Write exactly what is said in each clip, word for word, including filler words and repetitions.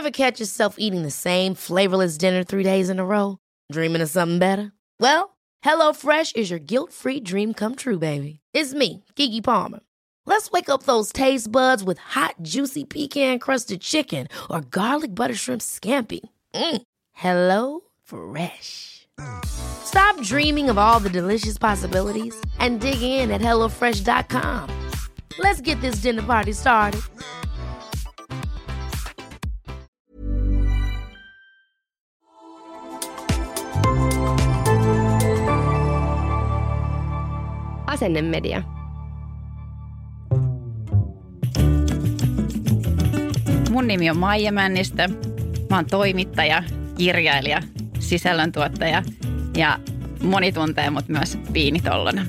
Ever catch yourself eating the same flavorless dinner three days in a row? Dreaming of something better? Well, HelloFresh is your guilt-free dream come true, baby. It's me, Keke Palmer. Let's wake up those taste buds with hot, juicy pecan-crusted chicken or garlic butter shrimp scampi. Mm. Hello Fresh. Stop dreaming of all the delicious possibilities and dig in at hello fresh dot com. Let's get this dinner party started. Asennemedia. Mun nimi on Maija Männistö. Mä oon toimittaja, kirjailija, sisällöntuottaja ja moni tuntee mut myös Viinitollona.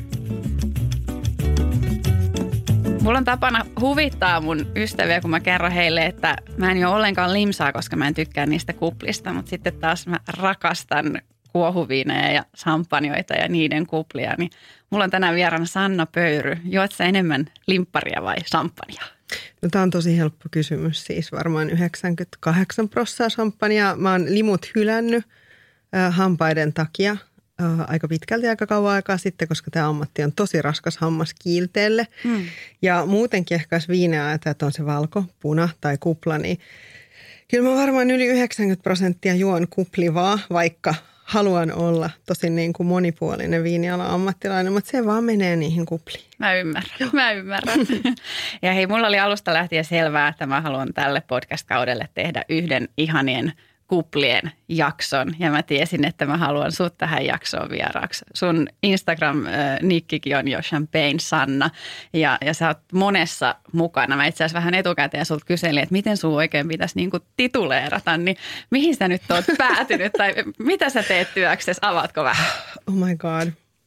Mulla on tapana huvittaa mun ystäviä, kun mä kerron heille, että mä en ole ollenkaan limsaa, koska mä en tykkää niistä kuplista, mutta sitten taas mä rakastan kuohuviinejä ja sampanjoita ja niiden kuplia, niin mulla on tänään vieraana Sanna Pöyry. Juot sä enemmän limpparia vai sampanjaa? No, tämä on tosi helppo kysymys, siis varmaan yhdeksänkymmentäkahdeksan prosenttia sampanjaa. Mä oon limut hylännyt äh, hampaiden takia äh, aika pitkälti aika kauan aikaa sitten, koska tämä ammatti on tosi raskas hammaskiilteelle. Mm. Ja muutenkin ehkä jos viineä ajatellaan, että on se valko, puna tai kupla, niin kyllä mä varmaan yli yhdeksänkymmentä prosenttia juon kuplivaa, vaikka haluan olla tosi niin kuin monipuolinen viinialan ammattilainen, mutta se vaan menee niihin kupliin. Mä ymmärrän, mä ymmärrän. Ja hei, mulla oli alusta lähtien selvää, että mä haluan tälle podcast-kaudelle tehdä yhden ihanien kuplien jakson. Ja mä tiesin, että mä haluan sut tähän jaksoon vieraaksi. Sun Instagram-nikkikin on jo Champagne Sanna ja, ja sä oot monessa mukana. Mä itse asiassa vähän etukäteen sulta kyselin, että miten sun oikein pitäisi niinku tituleerata. Niin mihin sä nyt oot päätynyt tai mitä sä teet työksessä? Avaatko vähän? Oh my god.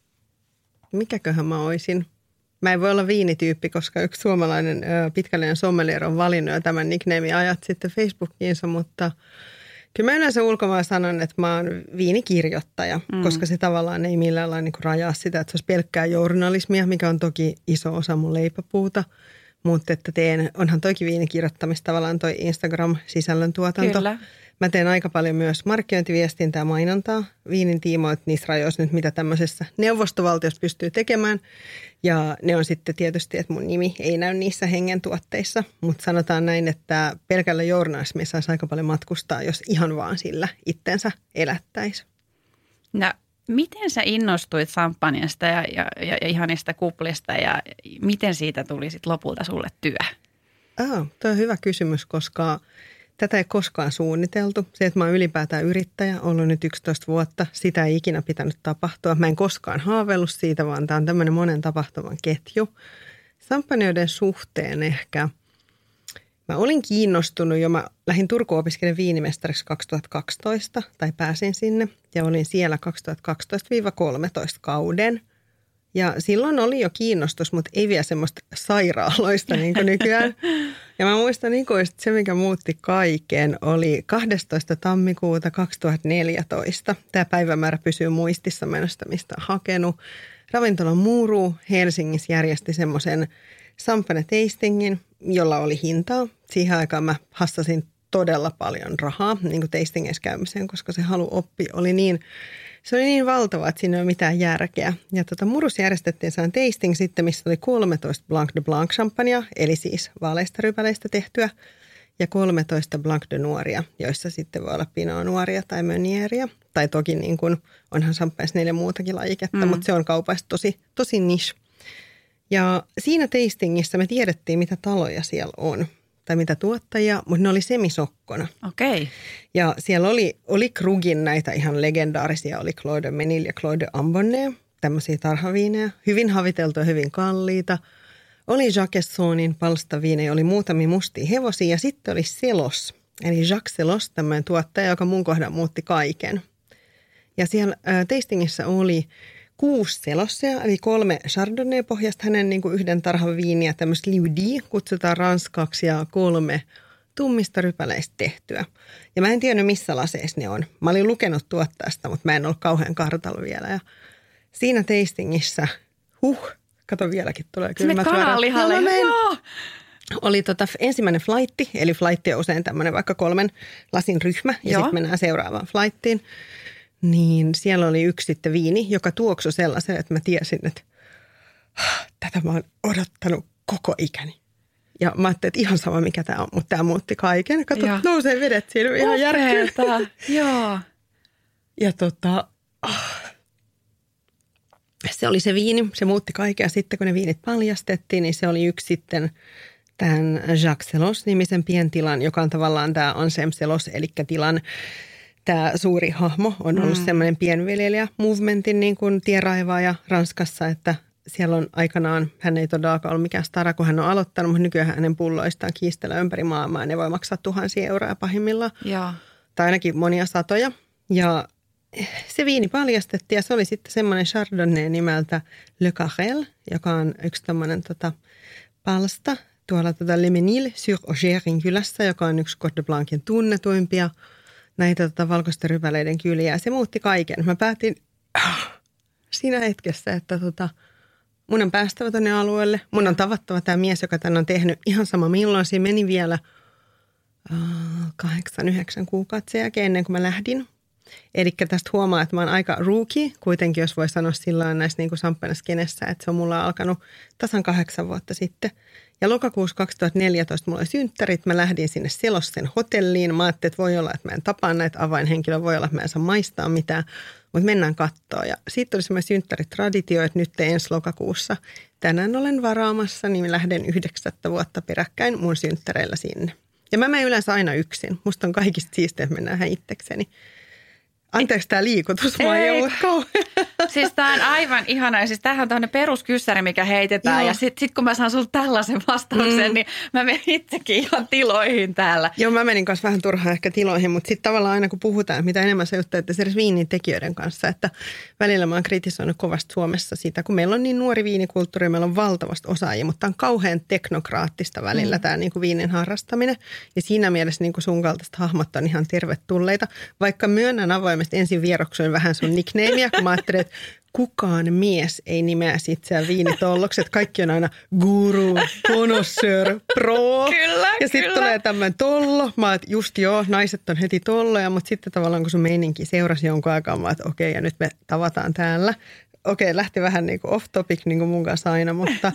Mikäköhän mä oisin? Mä en voi olla viinityyppi, koska yksi suomalainen ö, pitkällinen sommelier on valinnut jo tämän nicknamein ajat sitten Facebookiinsa, mutta kyllä mä yleensä ulkomaan sanon, että mä oon viinikirjoittaja, mm. koska se tavallaan ei millään lailla niin kuin rajaa sitä, että se olisi pelkkää journalismia, mikä on toki iso osa mun leipäpuuta. Mutta että teen, onhan toikin viinikirjoittamista tavallaan toi Instagram-sisällöntuotanto. Kyllä. Mä teen aika paljon myös markkinointiviestintää ja mainontaa viinin tiimoilta niissä rajoissa nyt, mitä tämmöisessä neuvostovaltiossa pystyy tekemään. Ja ne on sitten tietysti, että mun nimi ei näy niissä hengen tuotteissa, mutta sanotaan näin, että pelkällä journalismilla saisi aika paljon matkustaa, jos ihan vaan sillä itsensä elättäisi. No, miten sä innostuit samppanjasta ja, ja, ja ihanista kuplista ja miten siitä tuli sitten lopulta sulle työ? Ah, toi on hyvä kysymys, koska tätä ei koskaan suunniteltu. Se, että mä oon ylipäätään yrittäjä, ollut nyt yksitoista vuotta, sitä ei ikinä pitänyt tapahtua. Mä en koskaan haaveillut siitä, vaan tämä on tämmöinen monen tapahtuman ketju. Samppanjoiden suhteen ehkä. Mä olin kiinnostunut jo, mä lähdin Turkuun opiskelemaan viinimestariksi kaksituhattakaksitoista, tai pääsin sinne, ja olin siellä kaksituhattakaksitoista kolmetoista kauden. Ja silloin oli jo kiinnostus, mutta ei vielä semmoista sairaaloista niin kuin nykyään. Ja mä muistan ikuisesti, että se, mikä muutti kaiken, oli kahdestoista tammikuuta kaksituhattaneljätoista. Tämä päivämäärä pysyy muistissa menosta, mistä on hakenut. Ravintola Muru Helsingissä järjesti semmoisen champagne-tastingin, jolla oli hintaa. Siihen aikaan mä hassasin todella paljon rahaa niin kuin tastingeissa käymiseen, koska se halu oppi oli niin... Se oli niin valtava, että siinä ei ole mitään järkeä. Ja tota, Murus järjestettiin sellainen tasting sitten, missä oli kolmetoista Blanc de Blanc champagnea, eli siis vaaleista rypäleistä tehtyä, ja kolmetoista Blanc de Noiria, joissa sitten voi olla Pinot Noiria tai Meunieriä. Tai toki niin kuin, onhan champagneissa neljä muutakin lajiketta, mm. mutta se on kaupasta tosi, tosi niche. Ja siinä tastingissa me tiedettiin, mitä taloja siellä on. Tai mitä tuottajia, mutta ne oli semisokkona. Okei. Okay. Ja siellä oli, oli Krugin näitä ihan legendaarisia, oli Clos de Menil ja Clos de Ambonnet, tämmöisiä tarhaviineja, hyvin haviteltuja, hyvin kalliita. Oli Jacquessonin palstaviineja, oli muutamia mustia hevosia ja sitten oli Selos, eli Jacques Selos, tämmöinen tuottaja, joka mun kohdan muutti kaiken. Ja siellä äh, tastingissa oli kuusi selossia, eli kolme Chardonnay-pohjasta, hänen niin kuin yhden tarhan viiniä, tämmöistä Liudi, kutsutaan ranskaksi, ja kolme tummista rypäleistä tehtyä. Ja mä en tiennyt, missä laseissa ne on. Mä olin lukenut tuottajasta, mutta mä en ollut kauhean kartalla vielä. Ja siinä tastingissa, huh, kato vieläkin tulee kylmät väärät. Kananlihalle, joo. oli tota ensimmäinen flightti, eli flightti on usein tämmöinen vaikka kolmen lasin ryhmä ja sitten mennään seuraavaan flighttiin. Niin siellä oli yksi sitten viini, joka tuoksui sellaisen, että mä tiesin, että tätä mä oon odottanut koko ikäni. Ja mä ajattelin, että ihan sama mikä tämä on, mutta tämä muutti kaiken. Kato, nousee vedet siinä, ihan järkyy. Joo. Ja tota, oh. se oli se viini, se muutti kaiken. Ja sitten kun ne viinit paljastettiin, niin se oli yksi sitten tämän Jacques Selos-nimisen pientilan, joka on tavallaan tämä Anselme Selos, eli tilan tämä suuri hahmo on ollut mm. semmoinen pienviljelijä-movementin niin kuin tienraivaaja Ranskassa, että siellä on aikanaan, hän ei todellakaan ollut mikään stara, kun hän on aloittanut, mutta nykyään hänen pulloistaan kiistellä ympäri maailmaa ja ne voi maksaa tuhansia euroa pahimmillaan. Ja. Tai ainakin monia satoja. Ja se viini paljastettiin ja se oli sitten semmoinen Chardonnay nimeltä Le Carrel, joka on yksi tämmöinen tota, palsta tuolla tota Le Mesnil-sur-Ogerin kylässä, joka on yksi Côte de Blancin tunnetuimpia näitä tota, valkoisten rypäleiden kyliä. Ja se muutti kaiken. Mä päätin äh, siinä hetkessä, että tota, mun on päästävä tonne alueelle. Mun on tavattava tämä mies, joka tän on tehnyt ihan sama milloin. Siinä meni vielä äh, kahdeksan, yhdeksän kuukautta sen jälkeen ennen kuin mä lähdin. Eli tästä huomaa, että mä oon aika rookie, kuitenkin jos voi sanoa sillä näissä niin kuin samppanaskenessä, että se on mulla alkanut tasan kahdeksan vuotta sitten. Ja lokakuussa kaksituhattaneljätoista mulla oli synttärit, mä lähdin sinne Selossen hotelliin. Mä ajattelin, että voi olla, että mä en tapaa näitä avainhenkilöä, voi olla, että mä en saa maistaa mitään, mutta mennään kattoon. Ja siitä oli semmoinen synttäritraditio, että nyt ensi lokakuussa tänään olen varaamassa, niin lähden yhdeksättä vuotta peräkkäin mun synttäreillä sinne. Ja mä menen yleensä aina yksin. Musta on kaikista siistiä, että mennään itsekseni. Anteeksi tämä liikutus, mä ei ollut kauhean. Siis tämä on aivan ihana. Siis tämähän on tämmöinen peruskyssäri, mikä heitetään. Joo. Ja sitten sit kun mä saan sulla tällaisen vastauksen, mm. niin mä menen itsekin ihan tiloihin täällä. Joo, mä menin kanssa vähän turhaan ehkä tiloihin, mutta sitten tavallaan aina kun puhutaan, mitä enemmän sä juttelet edes viinin tekijöiden kanssa, että välillä mä oon kritisoinut kovasti Suomessa sitä, kun meillä on niin nuori viinikulttuuri, meillä on valtavasti osaajia, mutta on kauhean teknokraattista välillä mm. tämä niin kuin viinin harrastaminen. Ja siinä mielessä niin kuin sun kaltaista hahmot on ihan tervetulleita, vaikka myönnän avoimesti ensin vieroksuin vähän sun nicknameä, kun mä ajattelin, että kukaan mies ei nimeä itseään viinitollokset. Kaikki on aina guru, connoisseur, pro. Kyllä, ja sitten tulee tämmöinen tollo. Mä oon, just joo, naiset on heti tolloja, mutta sitten tavallaan kun sun meininki seurasi jonkun aikaa, mä oon, että okei, ja nyt me tavataan täällä. Okei, lähti vähän niin kuin off topic niin kuin mun kanssa aina, mutta,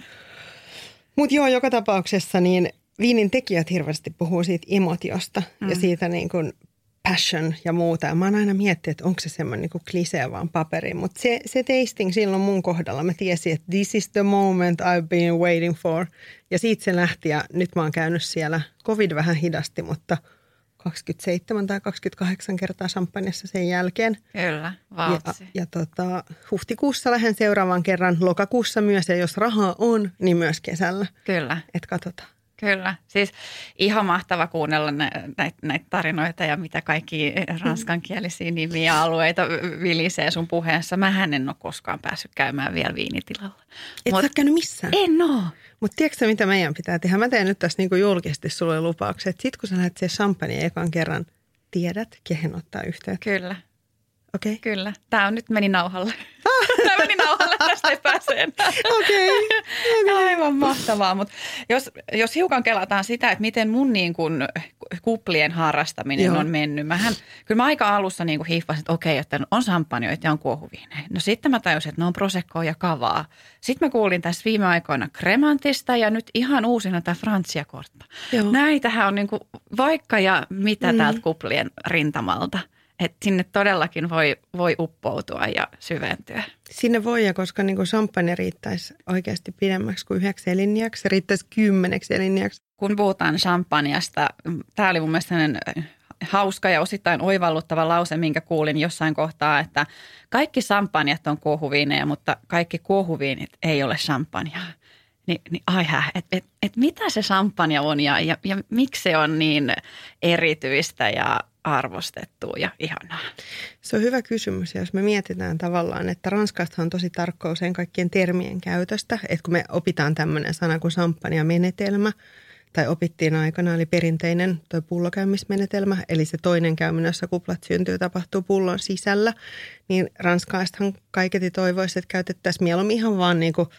mutta joo, joka tapauksessa niin viinin tekijät hirveästi puhuu siitä emotiosta mm. ja siitä niin kuin passion ja muuta. Ja mä oon aina miettinyt, että onko se semmoinen niin klisee vaan paperi. Mutta se, se tasting silloin mun kohdalla, mä tiesin, että this is the moment I've been waiting for. Ja siitä se lähti ja nyt mä oon käynyt siellä. Covid vähän hidasti, mutta kaksikymmentäseitsemän tai kaksikymmentäkahdeksan kertaa champanjassa sen jälkeen. Kyllä, vautsi. Ja, ja tota, huhtikuussa lähden seuraavan kerran, lokakuussa myös. Ja jos rahaa on, niin myös kesällä. Kyllä. Että katsotaan. Kyllä. Siis ihan mahtava kuunnella näitä, näitä tarinoita ja mitä kaikki ranskankielisiä nimiä ja alueita vilisee sun puheessa. Mähän en ole koskaan päässyt käymään vielä viinitilalla. Et Mut, sä käynyt missään? En oo. Mutta tiedätkö mitä meidän pitää tehdä? Mä teen nyt tässä niinku julkisesti sulle lupauksen, että sit kun sä lähdet siihen champagne ekan kerran, tiedät, kehen ottaa yhteyttä. Kyllä. Okei. Okay. Kyllä. Tämä on nyt meni nauhalle. Tämä meni nauhalle, tästä ei pääse enää. Okei. Okay. Okay. Aivan mahtavaa. Mutta jos, jos hiukan kelataan sitä, että miten mun niin kun kuplien harrastaminen Joo. on mennyt. Mähän, kyllä mä aika alussa niin hiiffasin, että okei, että on samppanjoita ja on kuohuviineja. No sitten mä tajusin, että ne on proseccoa ja kavaa. Sitten mä kuulin tässä viime aikoina Cremantista ja nyt ihan uusina tämä Franciacorta. Näitähän on niin kuin vaikka ja mitä mm. täältä kuplien rintamalta. Että sinne todellakin voi, voi uppoutua ja syventyä. Sinne voi, ja koska niin kuin champagne riittäisi oikeasti pidemmäksi kuin yhdeksi elinjäksi, se riittäisi kymmeneksi elinjäksi. Kun puhutaan champagneasta, tämä oli mun mielestä hauska ja osittain oivalluttava lause, minkä kuulin jossain kohtaa, että kaikki champagnet on kuohuviineja, mutta kaikki kuohuviinit ei ole champagnea. Ni, niin ai hä, että et, et mitä se champagne on ja, ja, ja miksi se on niin erityistä ja arvostettua ja ihanaa? Se on hyvä kysymys, ja jos me mietitään tavallaan, että Ranskasta on tosi tarkka usein kaikkien termien käytöstä, että kun me opitaan tämmöinen sana kuin champagne-menetelmä, tai opittiin aikana, eli perinteinen toi pullokäymismenetelmä, eli se toinen käyminen, jossa kuplat syntyy, tapahtuu pullon sisällä, niin ranskalaisethan kaiketi toivoisi, että käytettäisiin mieluummin ihan vaan niin kuin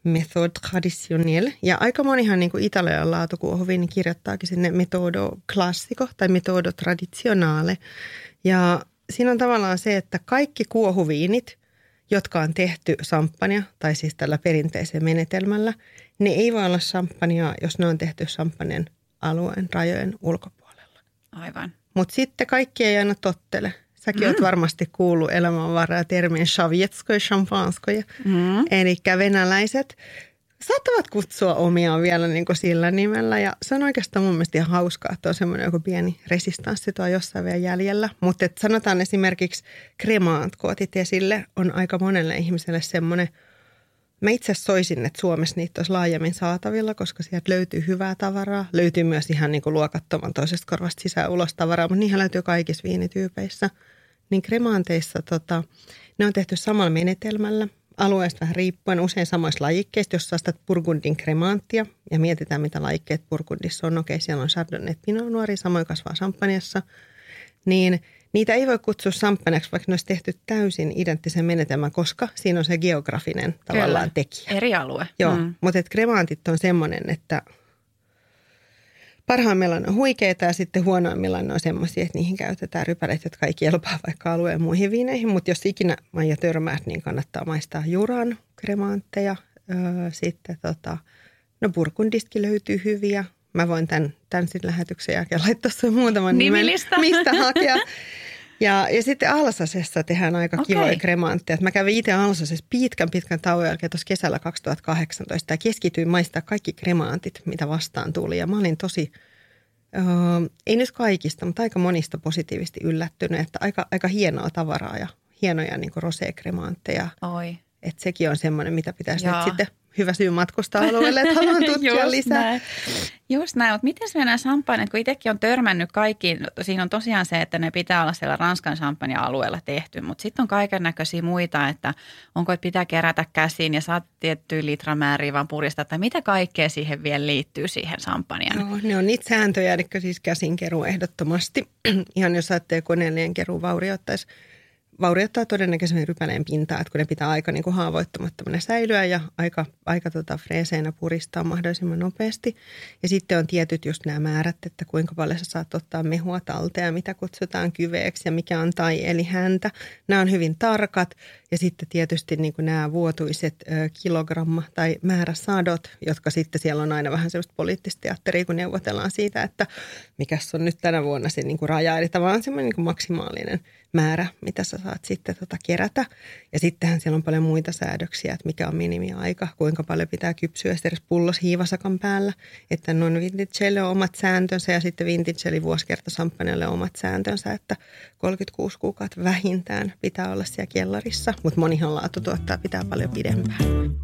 Méthode traditionnelle. Ja aika monihan niin kuin italian laatukuohuviin niin kirjoittaakin sinne metodo classico tai metodo tradizionale. Ja siinä on tavallaan se, että kaikki kuohuviinit, jotka on tehty samppania tai siis tällä perinteisellä menetelmällä, ne ei voi olla samppania, jos ne on tehty samppanjan alueen rajojen ulkopuolella. Aivan. Mutta sitten kaikki ei aina tottele. Säkin mm. oot varmasti kuullut elämänvaraa termiin sovietskoja, champanskoja. Mm. Eli venäläiset saattavat kutsua omiaan vielä niin kuin sillä nimellä. Ja se on oikeastaan mun mielestä ihan hauskaa, että on semmoinen joku pieni resistanssi tuo jossain vielä jäljellä. Mutta sanotaan esimerkiksi cremant, kun otit esille, on aika monelle ihmiselle semmoinen. Mä itse soisin, että Suomessa niitä olisi laajemmin saatavilla, koska sieltä löytyy hyvää tavaraa. Löytyy myös ihan niin kuin luokattoman toisesta korvasta sisään ulos tavaraa, mutta niinhän löytyy kaikissa viinityypeissä. Niin kremanteissa tota, ne on tehty samalla menetelmällä, alueesta vähän riippuen, usein samoista lajikkeista. Jos saastat Burgundin kremanttia ja mietitään, mitä lajikkeet Burgundissa on, okei, siellä on Chardonnay, Pinot Noir, samoin kasvaa champanjassa, niin niitä ei voi kutsua samppaneksi, vaikka ne olisi tehty täysin identtisen menetelmän, koska siinä on se geografinen tavallaan Kyllä. tekijä. Eri alue. Joo, mm. mutta kremantit on semmoinen, että parhaimmillaan on huikeita ja sitten huonoimmillaan ne on semmoisia, että niihin käytetään rypäleitä, jotka ei kelpaa vaikka alueen muihin viineihin. Mutta jos ikinä Maija törmäät, niin kannattaa maistaa Juran kremantteja. Öö, sitten tota, no Burgundistakin löytyy hyviä. Mä voin tämän, tämän sitten lähetyksen jälkeen laittaa sun muutaman nimen, mistä hakea. Ja, ja sitten Alsasessa tehdään aika okay. kivoja kremantteja. Mä kävin itse Alsasessa pitkän pitkän tauon jälkeen tuossa kesällä kaksituhattakahdeksantoista ja keskityin maistaa kaikki kremantit, mitä vastaan tuli. Ja mä olin tosi, äh, ei nyt kaikista, mutta aika monista positiivisesti yllättynyt, että aika, aika hienoa tavaraa ja hienoja niin kuin rosé-kremantteja. Oi. Että sekin on semmoinen, mitä pitäisi nyt sitten hyvä syy matkustaa alueelle, että haluan tutkia lisää. Näin. Just näin, mutta miten se nämä champagne, kun itsekin on törmännyt kaikkiin, siinä on tosiaan se, että ne pitää olla siellä Ranskan champagne-alueella tehty, mutta sitten on kaiken näköisiä muita, että onko, että pitää kerätä käsiin ja saat tiettyä litramääriä vaan puristaa, tai mitä kaikkea siihen vielä liittyy siihen champagneen? Joo, ne on niitä sääntöjä, eli siis käsinkeruu ehdottomasti. Ihan jos ajattelee koneellinen keruu vaurioittaisi. Vaurioittaa todennäköisesti rypäleen pintaa, että kun ne pitää aika niin kuin haavoittumattomana säilyä ja aika, aika tota freeseinä puristaa mahdollisimman nopeasti. Ja sitten on tietyt just nämä määrät, että kuinka paljon sä saat ottaa mehua talteen, mitä kutsutaan kyveeksi ja mikä on tai eli häntä. Nämä on hyvin tarkat ja sitten tietysti niin kuin nämä vuotuiset ö, kilogramma- tai määräsadot, jotka sitten siellä on aina vähän sellaista poliittista teatteria, kun neuvotellaan siitä, että mikäs on nyt tänä vuonna se niin kuin raja. Eli tavallaan semmoinen niin kuin maksimaalinen määrä, mitä sä saat sitten tota kerätä. Ja sittenhän siellä on paljon muita säädöksiä, että mikä on minimiaika, kuinka paljon pitää kypsyä edes pullos hiivasakan päällä. Että non vintageille on omat sääntönsä ja sitten vintage eli vuosikertasamppanjalle on omat sääntönsä, että kolmekymmentäkuusi kuukautta vähintään pitää olla siellä kellarissa. Mutta monihan laatutuottaa pitää paljon pidempään.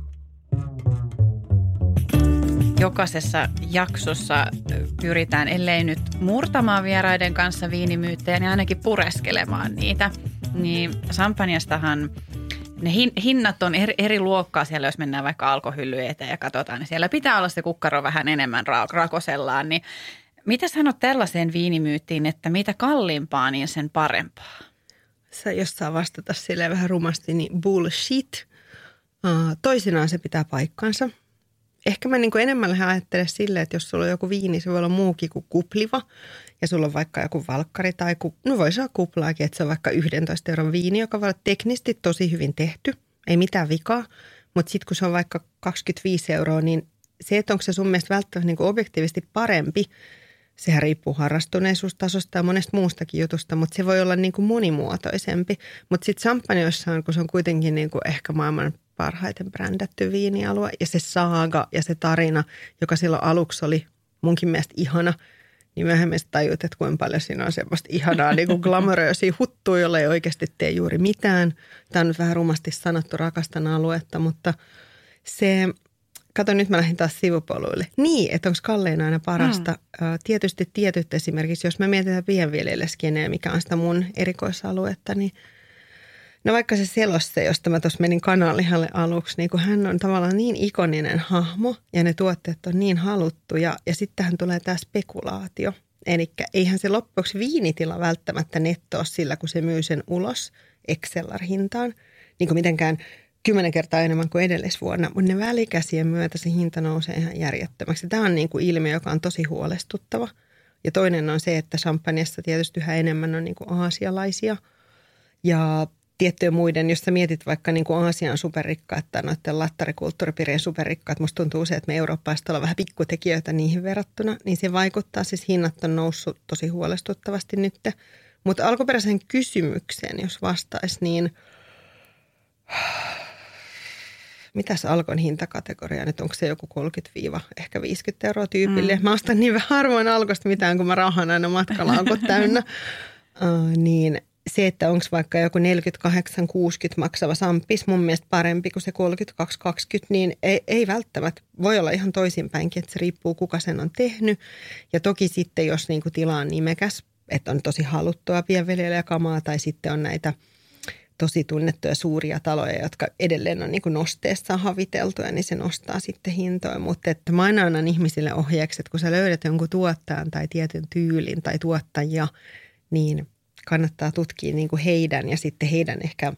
Jokaisessa jaksossa pyritään, ellei nyt murtamaan vieraiden kanssa viinimyyttejä, niin ainakin pureskelemaan niitä. Niin champagnastahan ne hinnat on eri, eri luokkaa siellä, jos mennään vaikka alkohylly eteen ja katsotaan, niin siellä pitää olla se kukkaro vähän enemmän ra- rakosellaan. Niin mitä sanot tällaiseen viinimyyttiin, että mitä kalliimpaa, niin sen parempaa? Sä, jos saa vastata silleen vähän rumasti, niin bullshit. Uh, toisinaan se pitää paikkansa. Ehkä mä niin kuin enemmän ajattelen silleen, että jos sulla on joku viini, se voi olla muukin kuin kupliva. Ja sulla on vaikka joku valkkari tai, ku, no voi olla kuplaakin, että se on vaikka yksitoista euron viini, joka voi olla teknisesti tosi hyvin tehty. Ei mitään vikaa, mutta sitten kun se on vaikka kaksikymmentäviisi euroa, niin se, että onko se sun mielestä välttämättä niin kuin objektiivisesti parempi, sehän riippuu harrastuneisuustasosta ja monesta muustakin jutusta, mutta se voi olla niin kuin monimuotoisempi. Mutta sitten champagneissa, kun se on kuitenkin niin kuin ehkä maailman parhaiten brändätty viinialue ja se saaga ja se tarina, joka silloin aluksi oli munkin mielestä ihana, niin myöhemmin tajut, että kuinka paljon siinä on semmoista ihanaa niin kuin glamoröösiä huttua, jolla ei oikeasti tee juuri mitään. Tämä on nyt vähän rumasti sanottu, rakastan aluetta, mutta se, kato nyt mä lähdin taas sivupoluille. Niin, että onko kallein aina parasta. Mm. Tietysti tietyt esimerkiksi, jos mä mietitään pienviljelijäskeneä, mikä on sitä mun erikoisaluetta, niin no vaikka se Selosse, josta mä tuossa menin Kananlihalle aluksi, niin kun hän on tavallaan niin ikoninen hahmo ja ne tuotteet on niin haluttuja ja sittenhän tulee tämä spekulaatio. Eli eihän se loppuksi viinitila välttämättä nettoa sillä, kun se myy sen ulos Excelar-hintaan. Niin kuin mitenkään kymmenen kertaa enemmän kuin edellisvuonna, mutta ne välikäsien myötä se hinta nousee ihan järjettömäksi. Tämä on niin kuin ilmiö, joka on tosi huolestuttava. Ja toinen on se, että champagnessa tietysti yhä enemmän on niin kuin aasialaisia ja tiettyjen muiden, jos sä mietit vaikka niin kuin Aasian superrikkaat tai noiden lattarikulttuuripiirien superrikkaat, musta tuntuu se, että me eurooppalaiset ollaan vähän pikkutekijöitä niihin verrattuna, niin se vaikuttaa, siis hinnat on noussut tosi huolestuttavasti nyt. Mutta alkuperäisen kysymykseen, jos vastaisi, niin mitäs Alkon hintakategoria nyt, onko se joku kolmekymmentä ehkä viisikymmentä euroa tyypille? Mm. Mä ostan niin vähän harvoin Alkosta mitään, kun mä rahan aina matkalaukot täynnä, uh, niin se, että onko vaikka joku neljäkymmentäkahdeksan kuusikymmentä maksava samppis mun mielestä parempi kuin se kolmekymmentäkaksi kaksikymmentä, niin ei, ei välttämättä. Voi olla ihan toisinpäinkin, että se riippuu kuka sen on tehnyt. Ja toki sitten, jos niinku tila on nimekäs, että on tosi haluttua pienviljelijäkamaa tai sitten on näitä tosi tunnettuja suuria taloja, jotka edelleen on niinku nosteessa haviteltuja, niin se nostaa sitten hintoja. Mutta että mä aina annan ihmisille ohjeeksi, että kun sä löydät jonkun tuottajan tai tietyn tyylin tai tuottajia, niin kannattaa tutkia niin kuin heidän ja sitten heidän ehkä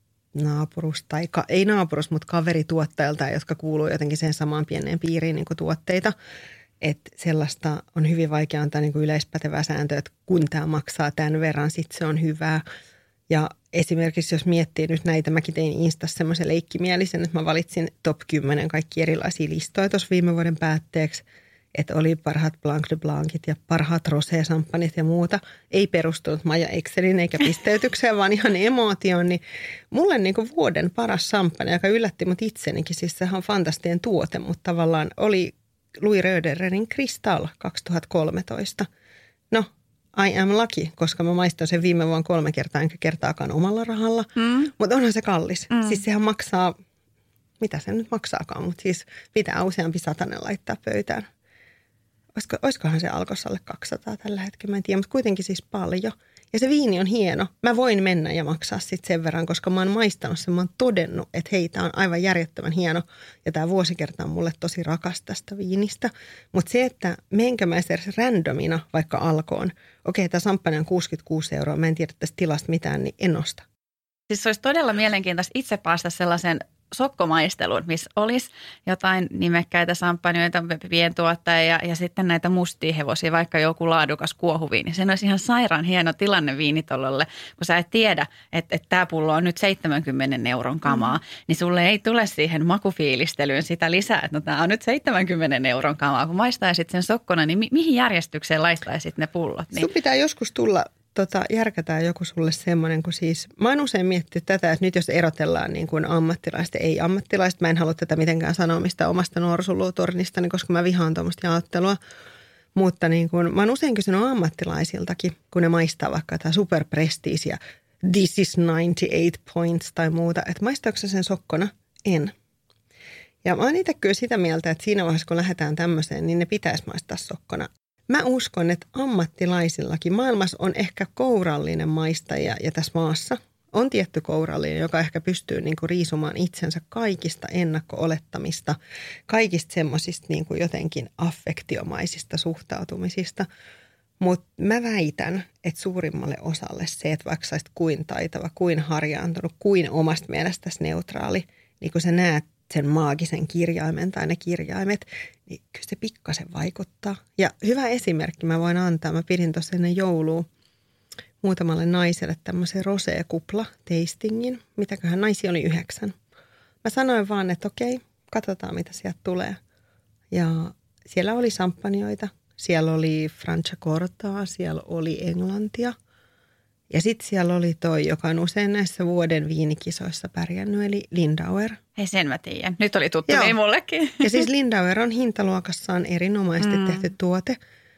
naapurus tai ka, ei naapurus, mutta kaverituottajalta, jotka kuuluu jotenkin sen samaan pieneen piiriin niin kuin tuotteita. Että sellaista on hyvin vaikea antaa niin kuin yleispätevää sääntöä, että kun tämä maksaa tämän verran, sitten se on hyvää. Ja esimerkiksi jos miettii nyt näitä, mäkin tein Instassa semmoisen leikkimielisen, että mä valitsin top kymmenen kaikki erilaisia listoja tuossa viime vuoden päätteeksi. Että oli parhaat Blanc de Blancit ja parhaat rosé-samppanit ja muuta. Ei perustunut Maja Excelin eikä pisteytykseen, vaan ihan emootioon. Niin mulle niin kuin vuoden paras samppani, joka yllätti mut itsenikin. Siis sehän on fantastinen tuote, mutta tavallaan oli Louis Rödererin Cristal kaksituhattakolmetoista. No, I am lucky, koska mä maistoin sen viime vuonna kolme kertaa, enkä kertaakaan omalla rahalla. Mm. Mutta onhan se kallis. Mm. Siis sehän maksaa, mitä se nyt maksaakaan, mutta siis pitää useampi satanen laittaa pöytään. Olisiko, olisikohan se Alkossa alle kaksisataa tällä hetkellä, mä en tiedä, mutta kuitenkin siis paljon. Ja se viini on hieno. Mä voin mennä ja maksaa sitten sen verran, koska mä oon maistanut sen, mä oon todennut, että hei, tää on aivan järjettömän hieno. Ja tää vuosikerta on mulle tosi rakas tästä viinistä. Mutta se, että menkö mä edes randomina vaikka Alkoon, okei, tää samppani on kuusikymmentäkuusi euroa, mä en tiedä tästä tilasta mitään, niin en osta. Siis se olisi todella mielenkiintoista itse päästä sellaisen sokkomaisteluun, missä olisi jotain nimekkäitä samppanjoita, pientuottajia ja, ja sitten näitä mustia hevosia, vaikka joku laadukas kuohuviini. Se olisi ihan sairaan hieno tilanne viinitololle, kun sä et tiedä, että, että tämä pullo on nyt seitsemänkymmenen euron kamaa, mm. niin sulle ei tule siihen makufiilistelyyn sitä lisää, että no tämä on nyt seitsemänkymmenen euron kamaa. Kun maistaisit sen sokkona, niin mi- mihin järjestykseen laittaisit ne pullot? Niin. Sun pitää joskus tulla Tota, järkätään joku sulle semmoinen, kun siis, mä oon usein miettinyt tätä, että nyt jos erotellaan niin kuin ammattilaista ja ei-ammattilaista, mä en halua tätä mitenkään sanoa mistä omasta nuorisoluutornistani, koska mä vihaan tuommoista jaottelua, mutta niin kuin, mä oon usein kysynyt ammattilaisiltakin, kun ne maistaa vaikka jotain superprestiisiä, this is ninety-eight points tai muuta, että maistaako se sen sokkona? En. Ja mä oon itse kyllä sitä mieltä, että siinä vaiheessa, kun lähdetään tämmöiseen, niin ne pitäisi maistaa sokkona. Mä uskon, että ammattilaisillakin maailmassa on ehkä kourallinen maistaja ja tässä maassa on tietty kourallinen, joka ehkä pystyy niin kuin riisumaan itsensä kaikista ennakko-olettamista, kaikista semmoisista niin kuin jotenkin affektiomaisista suhtautumisista. Mutta mä väitän, että suurimmalle osalle se, että vaikka sä olisit kuin taitava, kuin harjaantunut, kuin omasta mielestäsi neutraali, niin kun sä näet sen maagisen kirjaimen tai ne kirjaimet, niin kyllä se pikkasen vaikuttaa. Ja hyvä esimerkki mä voin antaa. Mä pidin tuossa ennen joulua muutamalle naiselle tämmöisen rosé-kupla-tastingin. Mitäköhän naisia oli yhdeksän. Mä sanoin vaan, että okei, katsotaan mitä sieltä tulee. Ja siellä oli samppanjoita, siellä oli Franciacortaa, siellä oli Englantia. Ja sitten siellä oli toi, joka on usein näissä vuoden viinikisoissa pärjännyt, eli Lindauer. Hei, sen mä tiedän. Nyt oli tuttu niin mullekin. Ja siis Lindauer on hintaluokassaan erinomaisesti mm. tehty tuote.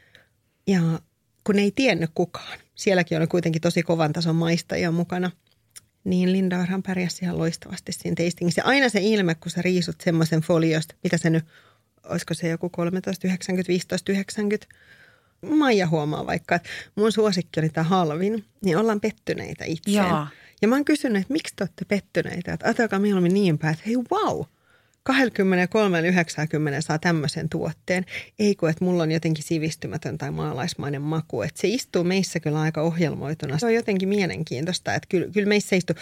Ja kun ei tiennyt kukaan, sielläkin oli kuitenkin tosi kovan tason maistajia mukana, niin Lindauerhan pärjäsi ihan loistavasti siinä tastingissa. Ja aina se ilme, kun sä riisut semmoisen foliosta, mitä se nyt, olisiko se joku kolmetoista yhdeksänkymmentä, viisitoista yhdeksänkymmentä, Maija huomaa vaikka, että mun suosikki oli tämä halvin, niin ollaan pettyneitä itseen. Jaa. Ja mä oon kysynyt, että miksi te olette pettyneitä? Että ajatelkaa mieluummin niin päin, että hei wow, kaksikymmentäkolme yhdeksänkymmentä saa tämmöisen tuotteen. Ei kun, että mulla on jotenkin sivistymätön tai maalaismainen maku. Että se istuu meissä kyllä aika ohjelmoituna. Se on jotenkin mielenkiintoista, että kyllä, kyllä meissä istuu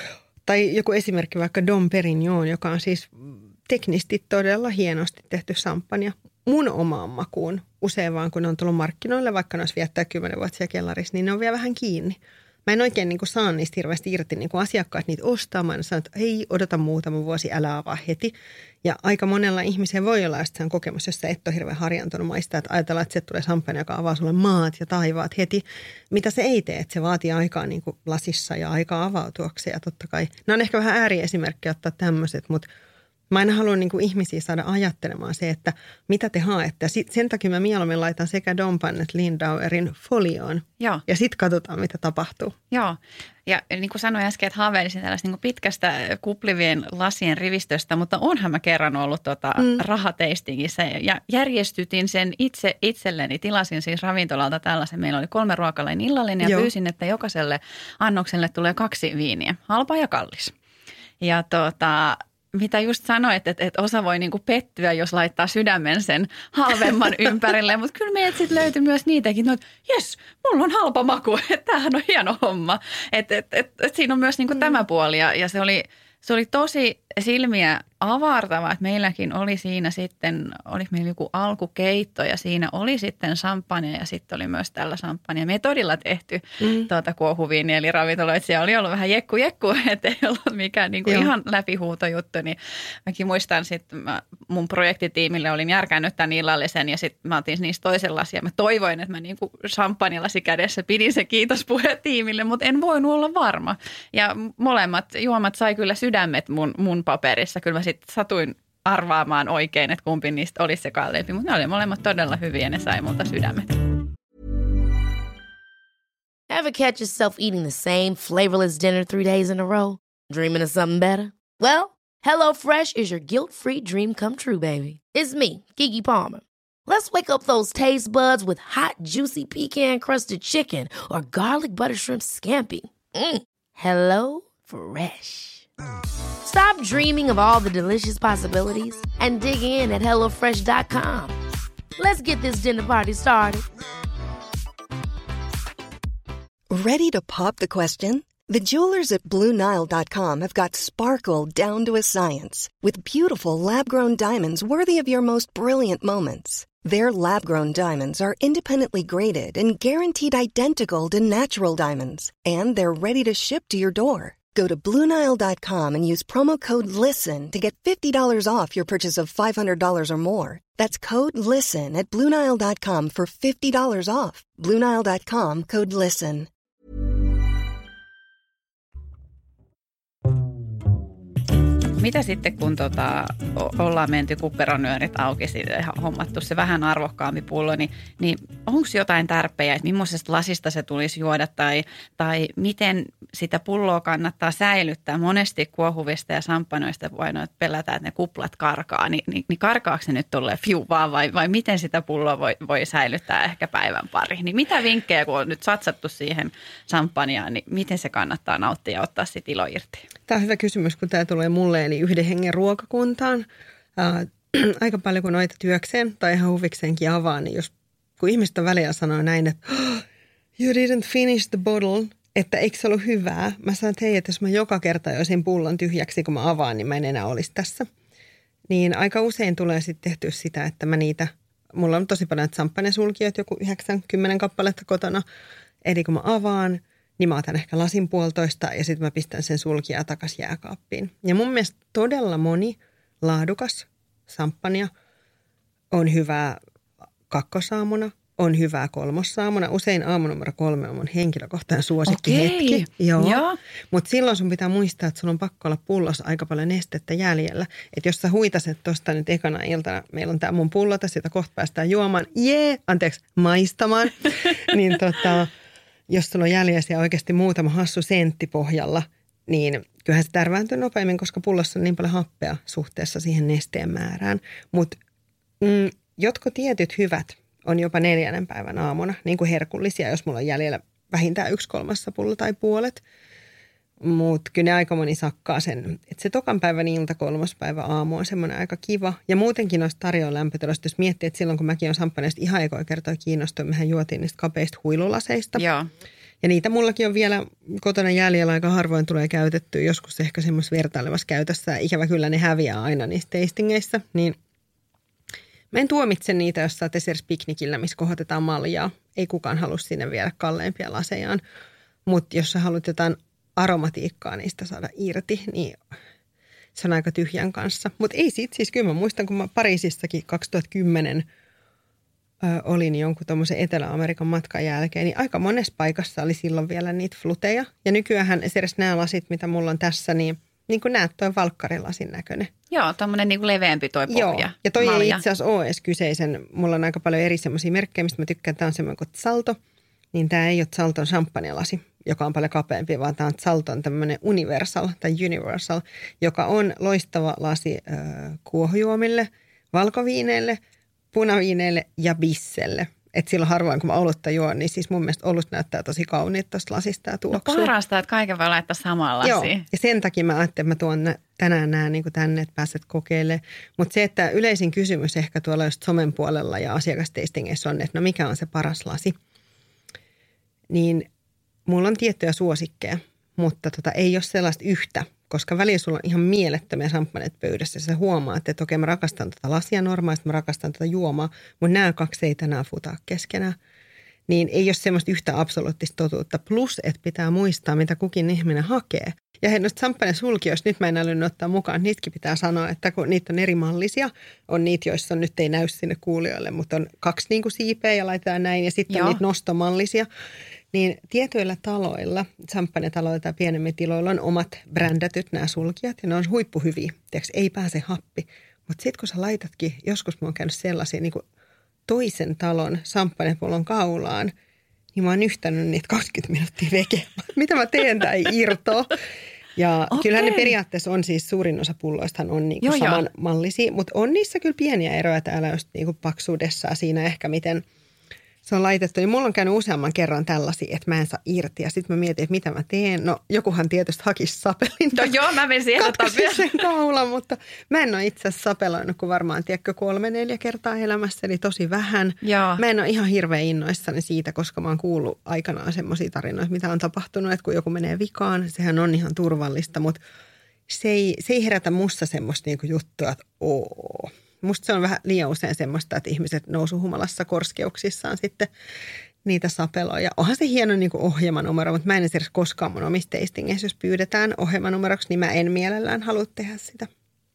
Tai joku esimerkki vaikka Dom Perignon, joka on siis teknisesti todella hienosti tehty sampanja mun omaan makuun. Usein vaan kun ne on tullut markkinoille, vaikka ne olisi viettää kymmenen vuotta siellä kellarissa, niin ne on vielä vähän kiinni. Mä en oikein niin kuin saa niistä hirveästi irti, niin kuin asiakkaat niitä ostaa. Mä sanon, että ei, odota muutama vuosi, älä avaa heti. Ja aika monella ihmisellä voi olla just sen kokemus, jos sä et ole hirveän harjantunut maista, että ajatellaan, että se tulee sampanja, joka avaa sulle maat ja taivaat heti. Mitä se ei tee, että se vaatii aikaa niin kuin lasissa ja aikaa avautuakseen. Ja totta kai, ne on ehkä vähän ääriesimerkkejä ottaa tämmöiset, mutta mä aina haluan niin kuin ihmisiä saada ajattelemaan se, että mitä te haette. Sen takia mä mieluummin laitan sekä Dompan että Lindauerin folioon. Joo. Ja sitten katsotaan, mitä tapahtuu. Joo. Ja niin kuin sanoin äsken, että haaveilisin tällaista niin pitkästä kuplivien lasien rivistöstä, mutta onhan mä kerran ollut tota mm. rahateistingissä ja järjestytin sen itse itselleni. Tilasin siis ravintolalta tällaisen. Meillä oli kolme ruokalain illallinen ja Joo. pyysin, että jokaiselle annokselle tulee kaksi viiniä. Halpa ja kallis. Ja tota... Mitä just sanoit, että, että osa voi niinku pettyä, jos laittaa sydämen sen halvemman ympärille, mutta kyllä meiltä sitten löytyi myös niitäkin, että jes, mulla on halpa maku, että tämähän on hieno homma. Että et, et, et siinä on myös niinku mm. tämä puoli ja, ja se, oli, se oli tosi silmiä avartava, että meilläkin oli siinä sitten, oli meillä joku alkukeitto ja siinä oli sitten champagne ja sitten oli myös tällä champagne. Me ei todella tehty mm. tuota kuohuviiniä, eli ravintoloitsija oli ollut vähän jekku jekku, että ei ollut mikään niinku ihan läpihuutojuttu. Niin mäkin muistan sitten, mun projektitiimille olin järkännyt tämän illallisen ja sitten mä otin niistä toisen lasia. Mä toivoin, että mä niinku champagne-lasi kädessä pidin se kiitospuhe tiimille, mutta en voinut olla varma. Ja molemmat juomat sai kyllä sydämet mun, mun paperissa. Kyllä mä sitten satuin arvaamaan oikein, että kumpi niistä olisi se kalliimpi, mutta ne oli molemmat todella hyviä ja ne sai multa sydämet. Ever catch yourself eating the same flavorless dinner three days in a row? Dreaming of something better? Well, HelloFresh is your guilt-free dream come true, baby. It's me, Keke Palmer. Let's wake up those taste buds with hot, juicy pecan-crusted chicken or garlic butter shrimp scampi. Mm. Hello Fresh. Stop dreaming of all the delicious possibilities and dig in at hello fresh dot com. Let's get this dinner party started. Ready to pop the question? The jewelers at Blue Nile dot com have got sparkle down to a science with beautiful lab-grown diamonds worthy of your most brilliant moments. Their lab-grown diamonds are independently graded and guaranteed identical to natural diamonds, and they're ready to ship to your door. Go to Blue Nile dot com and use promo code LISTEN to get fifty dollars off your purchase of five hundred dollars or more. That's code LISTEN at Blue Nile dot com for fifty dollars off. Blue Nile dot com, code LISTEN. Mitä sitten, kun tota, ollaan menty kukkaronnyörit auki ja hommattu se vähän arvokkaampi pullo, niin, niin onko jotain tärppejä, että millaisesta lasista se tulisi juoda tai, tai miten sitä pulloa kannattaa säilyttää? Monesti kuohuvista ja samppanoista voi noita pelätä, että ne kuplat karkaa, niin, niin, niin karkaako se nyt tolleen fiu vaan vai, vai miten sitä pulloa voi, voi säilyttää ehkä päivän pari? Niin mitä vinkkejä, kun on nyt satsattu siihen samppaniaan, niin miten se kannattaa nauttia ja ottaa sit ilo irti? Tämä on hyvä kysymys, kun tämä tulee mulle, eli yhden hengen ruokakuntaan. Ää, aika paljon kun noita työkseen tai ihan huvikseenkin avaa, niin jos, kun ihmiset on välillä sanoo näin, että oh, you didn't finish the bottle, että eikö se ollut hyvää? Mä sanon, että hei, että jos mä joka kerta joisin pullon tyhjäksi, kun mä avaan, niin mä en enää olisi tässä. Niin aika usein tulee sitten tehtyä sitä, että mä niitä, mulla on tosi paljon champagnesulkijoita, joku yhdeksänkymmentä kappaletta kotona. Eli kun mä avaan, niin mä otan ehkä lasin puolitoista ja sitten mä pistän sen sulkijaa takaisin jääkaappiin. Ja mun mielestä todella moni laadukas samppania on hyvää kakkosaamuna, on hyvää kolmossaamuna. Usein aamu numero kolme on mun henkilökohtainen suosikkihetki. Okei. Joo. Joo. Mutta silloin sun pitää muistaa, että sulla on pakko olla pullossa aika paljon nestettä jäljellä. Että jos sä huitaset tuosta nyt ekana iltana, meillä on tää mun pullo tässä, jota kohta päästään juomaan. Jee, anteeksi, maistamaan. niin tota... Jos sulla on jäljessä ja oikeasti muutama hassu sentti pohjalla, niin kyllähän se tärvääntyy nopeammin, koska pullossa on niin paljon happea suhteessa siihen nesteen määrään. Mutta mm, jotkut tietyt hyvät on jopa neljännen päivän aamuna, niin kuin herkullisia, jos mulla on jäljellä vähintään yksi kolmassa pullo tai puolet. Mutta kyllä ne aika moni sakkaa sen, että se tokan päivän ilta, kolmas päivä aamu on semmoinen aika kiva. Ja muutenkin noista tarjoa lämpötiloista, jos miettii, että silloin kun mäkin on samppaneista ihan ekoa kertaa kiinnostuin, mehän juotiin niistä kapeista huilulaseista. Joo. Ja niitä mullakin on vielä kotona jäljellä, aika harvoin tulee käytettyä. Joskus ehkä semmoisessa vertailevassa käytössä. Ikävä kyllä ne häviää aina niissä tastingeissa. Niin mä en tuomitse niitä, jos sä oot esimerkiksi piknikillä, missä kohotetaan maljaa. Ei kukaan halua sinne viedä kalleimpia lasejaan. Mutta jos sä haluat jotain aromatiikkaa niistä saada irti, niin se on aika tyhjän kanssa. Mutta ei siitä siis, kyllä mä muistan, kun mä Pariisissakin kaksituhattakymmenen ö, olin jonkun tommoisen Etelä-Amerikan matkan jälkeen, niin aika monessa paikassa oli silloin vielä niitä fluteja. Ja nykyäänhän esimerkiksi nämä lasit, mitä mulla on tässä, niin niin kuin näet, toi valkkarilasin näköinen. Joo, tommoinen niin kuin leveämpi toi pohja. Joo, ja toi malja. ei itse asiassa ole edes kyseisen. Mulla on aika paljon eri semmoisia merkkejä, mistä mä tykkään. Tämä on semmoinen kuin Zalto, niin tämä ei ole Zalton champagne-lasi, joka on paljon kapeampi, vaan tämä on Zalton tämmöinen Universal tai Universal, joka on loistava lasi äh, kuohujuomille, valkoviineille, punaviineille ja bisselle. Että silloin harvoin, kun mä olutta juon, niin siis mun mielestä olut näyttää tosi kauniit tuosta lasista ja tuoksuu. No parasta, että kaiken voi laittaa samaan lasiin. Joo, ja sen takia mä ajattelin, että mä tuon nä- tänään nämä niin tänne, että pääset kokeilemaan. Mutta se, että yleisin kysymys ehkä tuolla just somen puolella ja asiakastestingeissä on, että no mikä on se paras lasi, niin mulla on tiettyjä suosikkeja, mutta tota, ei ole sellaista yhtä, koska välillä sulla on ihan mielettömiä champagnet pöydässä. Sä huomaat, että okei, mä rakastan tätä lasia normaalisti, mä rakastan tätä juomaa, mutta nämä kaksi ei tänään futaa keskenään. Niin ei ole semmoista yhtä absoluuttista totuutta. Plus, että pitää muistaa, mitä kukin ihminen hakee. Ja hei, noista champagne-sulkijoista, nyt mä en älynyt ottaa mukaan, niitäkin pitää sanoa, että kun niitä on eri mallisia, on niitä, joissa nyt ei näy sinne kuulijoille, mutta on kaksi niin kuin siipeä ja laitetaan näin, ja sitten on niitä nostomallisia. Niin tietyillä taloilla, champagne-taloilla tai pienemmillä tiloilla on omat brändätyt nämä sulkijat, ja ne on huippuhyviä. Tiedätkö, ei pääse happi. Mutta sitten kun sä laitatkin, joskus mä oon käynyt sellaisia niin kuin toisen talon champagnepullon kaulaan, niin mä oon yhtänyt niitä kaksikymmentä minuuttia veke. Mitä mä teen, tää ei irtoa. Ja okay. Kyllähän ne periaatteessa on siis, suurin osa pulloistahan on niinku joo, samanmallisia, mutta on niissä kyllä pieniä eroja täällä just niinku paksuudessa ja siinä ehkä miten se on laitettu. Ja mulla on käynyt useamman kerran tällaisia, että mä en saa irti. Ja sitten mä mietin, että mitä mä teen. No jokuhan tietysti hakisi sapelin. No joo, mä menisin ehdottomasti sen kaulan, mutta mä en ole itse asiassa sapeloinut kuin varmaan, tiedätkö, kolme, neljä kertaa elämässä, eli tosi vähän. Joo. Mä en ole ihan hirveän innoissani siitä, koska mä oon kuullut aikanaan semmoisia tarinoita, mitä on tapahtunut, että kun joku menee vikaan, sehän on ihan turvallista, mutta se ei, se ei herätä musta semmoista niinku juttua, että ooo. Musta se on vähän liian usein semmoista, että ihmiset nousuhumalassa korskeuksissaan sitten niitä sapeloja. Onhan se hieno niin kuin ohjelmanumero, mutta mä en edes koskaan mun omista tastingeissa, jos pyydetään ohjelmanumeroksi, niin mä en mielellään halua tehdä sitä.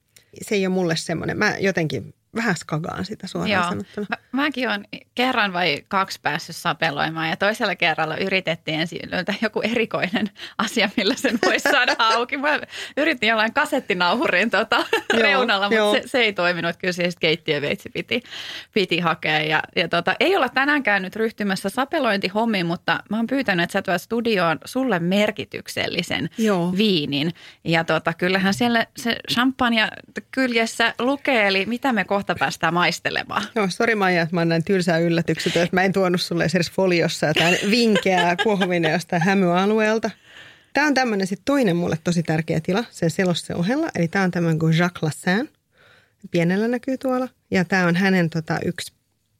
Se ei ole mulle semmoinen. Mä jotenkin vähän skagaan sitä suoraan Joo. sanottuna. Mä, mäkin olen kerran vai kaksi päässyt sapeloimaan ja toisella kerralla yritettiin ensin löytää joku erikoinen asia, millä sen voisi saada auki. Mä yritin jollain kasettinauhurin tota, reunalla, mutta se, se ei toiminut. Kyllä se keittiöveitsi piti, piti hakea. Ja, ja tota, ei olla tänään käynyt ryhtymässä sapelointihommiin, mutta mä oon pyytänyt, että sä tuot studioon sulle merkityksellisen Joo. viinin. Ja tota, kyllähän siellä se champagne kyljessä lukee, eli mitä me kohta päästään maistelemaan. Joo, sori Maija, että mä annan tylsää yllätyksetä, että mä en tuonut sulle edes foliossa jotain vinkeää kuohuvinen jostain hämyalueelta. Tämä on tämmöinen sitten toinen mulle tosi tärkeä tila sen selosteen ohella. Eli tämä on tämmöinen kuin Jacques Lassain. Pienellä näkyy tuolla. Ja tämä on hänen tota, yksi,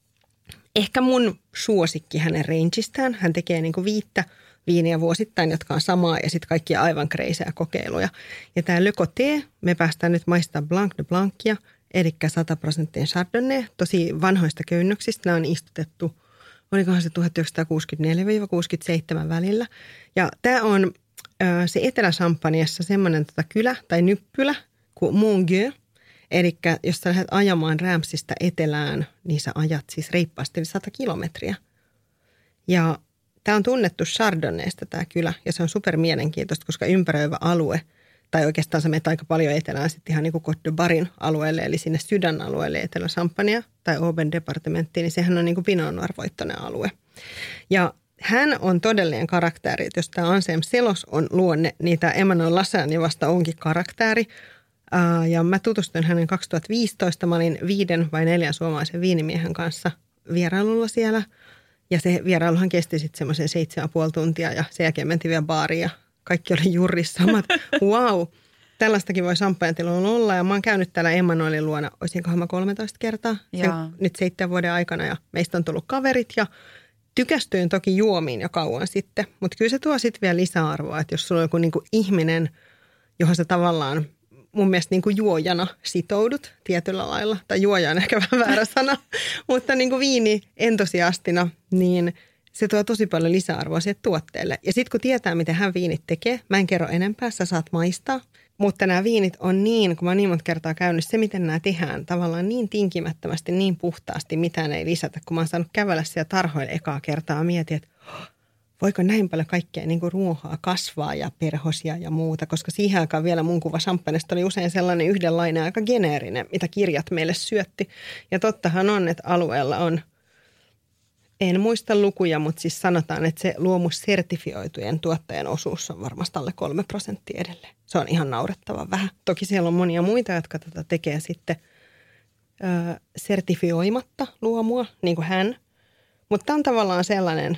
ehkä mun suosikki hänen rangeistään. Hän tekee niinku viittä viiniä vuosittain, jotka on samaa ja sitten kaikkia aivan kreisejä kokeiluja. Ja tämä Le Côté, me päästään nyt maistamaan Blanc de Blancia, eli sata prosenttia Chardonnay, tosi vanhoista köynnöksistä. Nämä on istutettu, olikohan se tuhatyhdeksänsataakuusikymmentäneljä kuusikymmentäseitsemän välillä. Ja tämä on äh, se Etelä-Champagneessa semmoinen tota kylä tai nyppylä kuin Montgueux. Eli jos sä lähdet ajamaan Ramsista etelään, niin sä ajat siis reippaasti sata kilometriä. Ja tämä on tunnettu Chardonnaysta tämä kylä ja se on super mielenkiintoista, koska ympäröivä alue, tai oikeastaan sä menet aika paljon etelään sitten ihan niin kuin Côte de Barin alueelle, eli sinne sydänalueelle Etelä-Champagnea tai Aubin departementtiin, niin sehän on niin kuin Pinot Noir-voittoinen alue. Ja hän on todellinen karakteri, että jos tämä Anselme Selos on luonne, niin tämä Emmanuel Lassagne vasta onkin karakteri. Ja mä tutustuin hänen kaksituhattaviisitoista, mä olin viiden vai neljän suomalaisen viinimiehen kanssa vierailulla siellä. Ja se vierailuhan kesti sitten semmoisen seitsemän ja puoli tuntia ja sen jälkeen mentiin vielä baariin ja kaikki oli jurissa. Mä wow, tällaistakin voi champagne-tiloilla olla. Ja mä oon käynyt täällä Emmanuelin luona, olisinkohan mä kolmetoista kertaa sen, nyt seitsemän vuoden aikana. Ja meistä on tullut kaverit ja tykästyin toki juomiin jo kauan sitten, mutta kyllä se tuo sitten vielä lisäarvoa, että jos sulla on joku niin kuin ihminen, johon sä tavallaan mun mielestä niin kuin juojana sitoudut tietyllä lailla, tai juoja on ehkä vähän väärä sana, mutta niin kuin viini entusiastina, niin se tuo tosi paljon lisäarvoa siihen tuotteelle. Ja sitten kun tietää, miten hän viinit tekee, mä en kerro enempää, sä saat maistaa. Mutta nämä viinit on niin, kun mä oon niin monta kertaa käynyt, se miten nämä tehdään tavallaan niin tinkimättömästi, niin puhtaasti, mitään ei lisätä. Kun mä oon saanut kävellä siellä tarhoille ekaa kertaa, mietin, että voiko näin paljon kaikkea niin kuin ruohaa kasvaa ja perhosia ja muuta. Koska siihen aikaan vielä mun kuva champagnesta oli usein sellainen yhdenlainen, aika geneerinen, mitä kirjat meille syötti. Ja tottahan on, että alueella on, en muista lukuja, mutta siis sanotaan, että se luomussertifioitujen tuottajien osuus on varmasti alle kolme prosenttia edelleen. Se on ihan naurettavan vähän. Toki siellä on monia muita, jotka tätä tekee sitten ö, sertifioimatta luomua, niin kuin hän. Mutta tämä on tavallaan sellainen,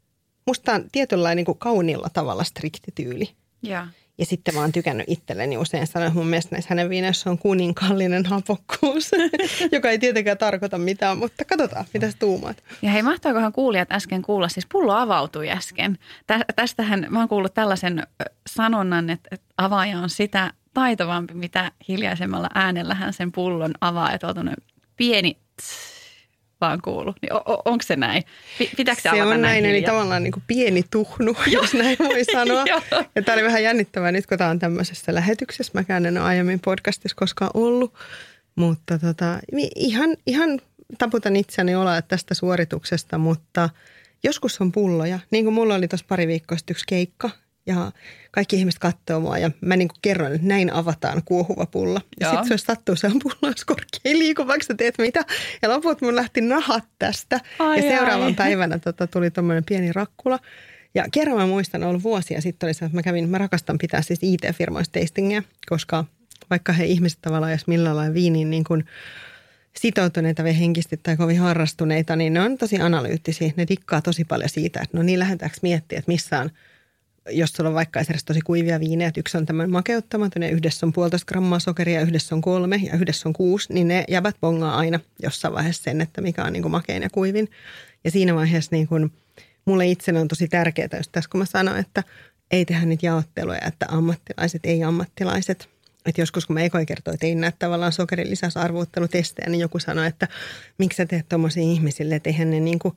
musta on tietynlainen niin kuin kauniilla tavalla striktityyli. Ja. Ja sitten mä oon tykännyt itselleni usein sanoa, että mun mielestä näissä hänen viineissä on kuninkaallinen hapokkuus, joka ei tietenkään tarkoita mitään, mutta katsotaan, mitä sä tuumaat. Ja hei, mahtaakohan kuulijat äsken kuulla, siis pullo avautui äsken. Tä, tästähän mä oon kuullut tällaisen sanonnan, että, että avaaja on sitä taitavampi, mitä hiljaisemmalla äänellä hän sen pullon avaa. Ja tuolta pieni tss, vaan kuulu. Niin on, onko se näin? Pitääkö se, se avata on näin, hiljaa? Eli tavallaan niin kuin pieni tuhnu, jos näin voi sanoa. Ja tämä oli vähän jännittävää nyt, kun tämä on tämmöisessä lähetyksessä. Mäkään en ole aiemmin podcastissa koskaan ollut, mutta tota, ihan, ihan taputan itseäni olla tästä suorituksesta, mutta joskus on pulloja. Niin kuin mulla oli tuossa pari viikkoa sitten yksi keikka ja kaikki ihmiset katsoo mua ja mä niin kuin kerron, että näin avataan kuohuva pullo. Ja sitten se jos sattuu, se on pulloiskorkki, ei liiku, vaikka sä teet mitä. Ja lopulta mun lähti nahat tästä. Ai ja seuraavan ai. päivänä tota, tuli tommoinen pieni rakkula. Ja kerran mä muistan, ollut vuosia sitten oli se, että mä kävin, mä rakastan pitää siis I T-firmoista tastingia, koska vaikka he ihmiset tavallaan, jos millään lailla viiniin niin kuin sitoutuneita vai henkisesti tai kovin harrastuneita, niin ne on tosi analyyttisiä. Ne dikkaa tosi paljon siitä, että no niin lähdetäänkö miettiä, että missä on, jos sulla on vaikka esimerkiksi tosi kuivia viinejä, että yksi on tämmöinen makeuttamaton ja yhdessä on puolitoista grammaa sokeria, yhdessä on kolme ja yhdessä on kuusi, niin ne jäbät bongaa aina jossain vaiheessa sen, että mikä on niin kuin makein ja kuivin. Ja siinä vaiheessa niin kuin mulle itselle on tosi tärkeää, jos tässä kun mä sanon, että ei tehdä niitä jaotteluja, että ammattilaiset, ei ammattilaiset. Että joskus kun mä ekoin kertoin, tein näitä tavallaan sokerin lisäysarvuuttelutestejä, niin joku sanoi, että miksi sä teet tommosia ihmisille, että eihän ne niin kuin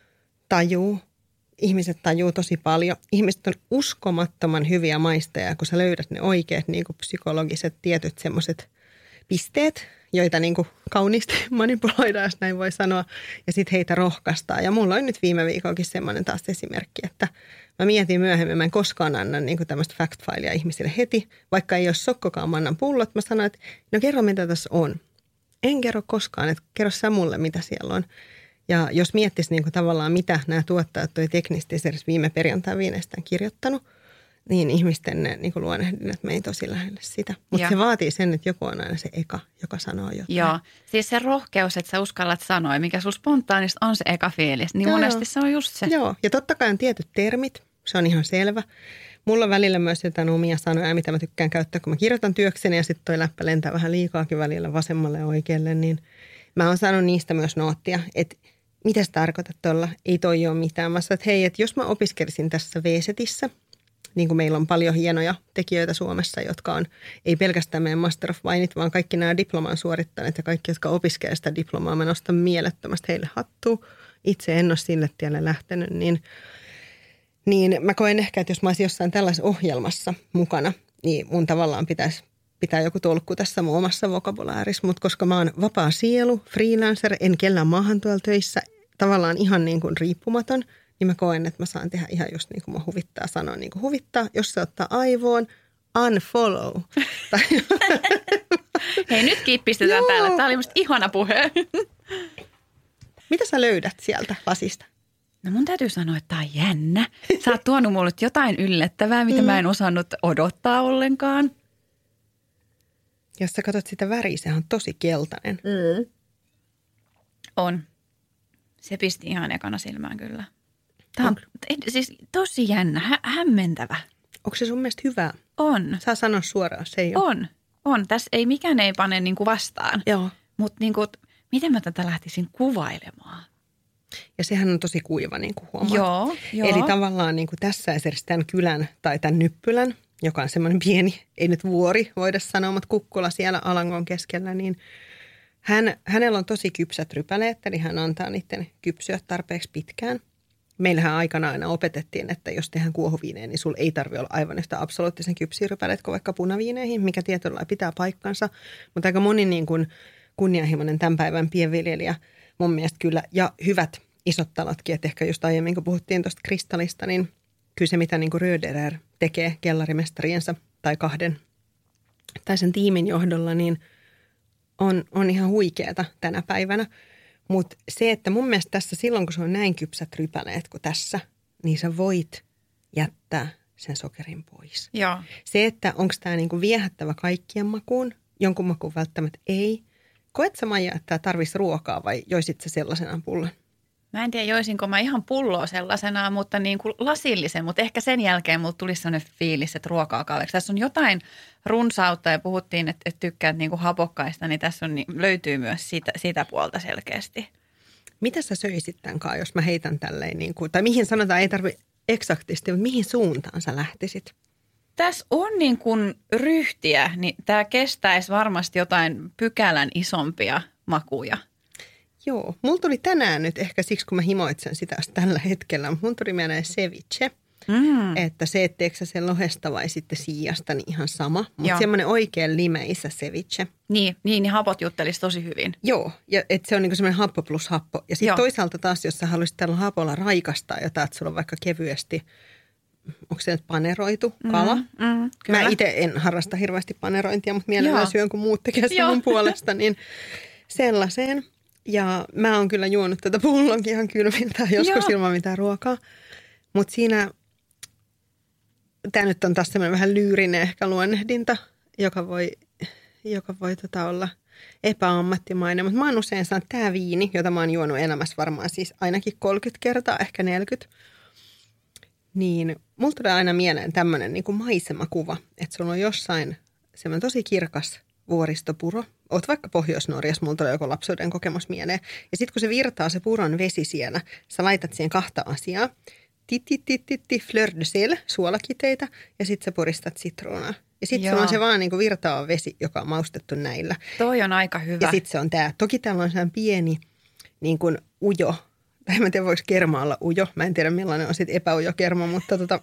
tajuu. Ihmiset tajuu tosi paljon. Ihmiset on uskomattoman hyviä maistajia, kun sä löydät ne oikeat niin kuin psykologiset tietyt semmoiset pisteet, joita niin kuin kauniisti manipuloidaan, jos näin voi sanoa, ja sitten heitä rohkaistaan. Ja mulla on nyt viime viikollakin semmoinen taas esimerkki, että mä mietin myöhemmin, mä en koskaan anna niin kuin tämmöistä fact-filea ihmisille heti, vaikka ei ole sokkokaan, mä annan pullot. Mä sanoin, että no kerro mitä tässä on. En kerro koskaan, että kerro sä mulle mitä siellä on. Ja jos miettisi niin kuin tavallaan mitä nämä tuottajat toi teknisesti esimerkiksi viime perjantai viineistään kirjoittanut, niin ihmisten ne niin kuin luonnehdinnat meni tosi lähelle sitä. Mutta se vaatii sen, että joku on aina se eka, joka sanoo jotain. Joo, siis se rohkeus, että sä uskallat sanoa, mikä sulla spontaanisesti on se eka fiilis, niin Joo. monesti se on just se. Joo, ja totta kai on tietyt termit, se on ihan selvä. Mulla on välillä myös jotain omia sanoja, mitä mä tykkään käyttää, kun mä kirjoitan työkseni ja sitten toi läppä lentää vähän liikaakin välillä vasemmalle ja oikealle, niin mä oon saanut niistä myös noottia, että mitä sä tarkoitat tuolla, ei toi ole mitään. Mä sanoin, että hei, että jos mä opiskelisin tässä V-setissä, niin kuin meillä on paljon hienoja tekijöitä Suomessa, jotka on ei pelkästään meidän Master of Wineit, vaan kaikki nämä diploman suorittaneet ja kaikki, jotka opiskelevat sitä diplomaa, mä nostan mielettömästi heille hattua. Itse en ole sille tielle lähtenyt, niin, niin mä koen ehkä, että jos mä olisin jossain tällaisessa ohjelmassa mukana, niin mun tavallaan pitäisi pitää joku tolkku tässä mun omassa vokabulaarissa, mutta koska mä oon vapaa sielu, freelancer, en kellään maahan tuolla töissä, tavallaan ihan niin kuin riippumaton, niin mä koen, että mä saan tehdä ihan just niin kuin mä huvittaa sanoa, niin kuin huvittaa. Jos se ottaa aivoon, unfollow. Hei, nyt kiippistetään täällä. Tämä oli musta ihana puhe. Mitä sä löydät sieltä lasista? No mun täytyy sanoa, että tää on jännä. Sä oot tuonut mulle jotain yllättävää, mitä mm. mä en osannut odottaa ollenkaan. Jos sä katsot sitä väriä, se on tosi keltainen. Mm. On. Se pisti ihan ekana silmään kyllä. Tämä on, on siis tosi jännä, hä- hämmentävä. Onko se sun mielestä hyvä? On. Saa sanoa suoraan, se ei ole. On, on. Tässä ei mikään ei pane niinku vastaan. Joo. Mutta niinku, miten mä tätä lähtisin kuvailemaan? Ja sehän on tosi kuiva, niin kuin huomaat. Joo, joo. Eli tavallaan niin kuin tässä esimerkiksi tämän kylän tai tämän Nyppylän, joka on semmoinen pieni, ei nyt vuori voida sanoa, mutta kukkula siellä Alangon keskellä, niin hän, hänellä on tosi kypsät rypäleet, eli hän antaa niiden kypsyä tarpeeksi pitkään. Meillähän aikana aina opetettiin, että jos tehdään kuohuviineen, niin sulla ei tarvitse olla aivan yhtä absoluuttisen kypsiä rypäleet kuin vaikka punaviineihin, mikä tietyllä pitää paikkansa. Mutta aika moni niin kuin kunnianhimoinen tämän päivän pienviljelijä mun mielestä kyllä, ja hyvät isot talotkin, että ehkä just aiemmin kun puhuttiin tuosta kristallista, niin kyllä se mitä niin kuin Röderer tekee kellarimestariensa tai kahden tai sen tiimin johdolla, niin on, on ihan huikeeta tänä päivänä. Mutta se, että mun mielestä tässä silloin, kun se on näin kypsät rypäleet kuin tässä, niin sä voit jättää sen sokerin pois. Joo. Se, että onko tämä niinku viehättävä kaikkien makuun, jonkun makuun välttämättä ei. Koet sä, Maija, että tämä tarvitsisi ruokaa vai joisit sä sellaisenaan pullon? Mä en tiedä, joisinko mä ihan pulloa sellaisenaan, mutta niin kuin lasillisen, mutta ehkä sen jälkeen mulla tuli sellainen fiilis, että ruokaa kaueksi. Tässä on jotain runsautta ja puhuttiin, että, että tykkäät niin kuin hapokkaista, niin tässä on, niin, löytyy myös sitä, sitä puolta selkeästi. Mitä sä söisit tämän kanssa, jos mä heitän tälleen, niin kuin, tai mihin sanotaan, ei tarvitse eksaktisti, mutta mihin suuntaan sä lähtisit? Tässä on niin kuin ryhtiä, niin tämä kestäisi varmasti jotain pykälän isompia makuja. Joo, mulla tuli tänään nyt ehkä siksi, kun mä himoitsen sitä tällä hetkellä, mutta mulla tuli mieleen ceviche, mm. että se, etteikö sä sen lohesta vai sitten siijasta, niin ihan sama. Mutta semmoinen oikein limeisä ceviche. Niin, niin, niin hapot juttelisi tosi hyvin. Joo, ja että se on niinku semmoinen happo plus happo. Ja sitten toisaalta taas, jos sä haluaisit tällä hapolla raikastaa jotain, että sulla on vaikka kevyesti, onko se nyt paneroitu kala? Mm, mm, mä itse en harrasta hirveästi panerointia, mutta mielellään syön, kun muut tekee sen mun puolesta, niin sellaiseen. Ja mä oon kyllä juonut tätä pullonkin ihan kylmiltä, joskus Joo. ilman mitään ruokaa. Mutta siinä, tämä nyt on taas semmoinen vähän lyyrinen ehkä luonnehdinta, joka voi, joka voi tota olla epäammattimainen. Mutta mä oon usein sanonut, että tämä viini, jota mä oon juonut elämässä varmaan siis ainakin kolmekymmentä kertaa, ehkä neljäkymmentä. Niin mulla tulee aina mieleen tämmöinen niin kuin maisemakuva, että sulla on jossain semmoinen tosi kirkas vuoristopuro. Oot vaikka Pohjois-Norjassa, mulla tulee joku lapsuuden kokemus mieleen. Ja sitten kun se virtaa se puron vesi siellä, sä laitat siihen kahta asiaa. Titti-titti-titti, fleur de sel, suolakiteitä, ja sitten sä puristat sitruunaa. Ja sitten sulla on se vaan niinku virtaava vesi, joka on maustettu näillä. Toi on aika hyvä. Ja sitten se on tää. Toki täällä on sellainen pieni niin kuin ujo. Tai mä en tiedä, voiko kerma olla ujo. Mä en tiedä, millainen on sitten epäujo kerma, mutta tota,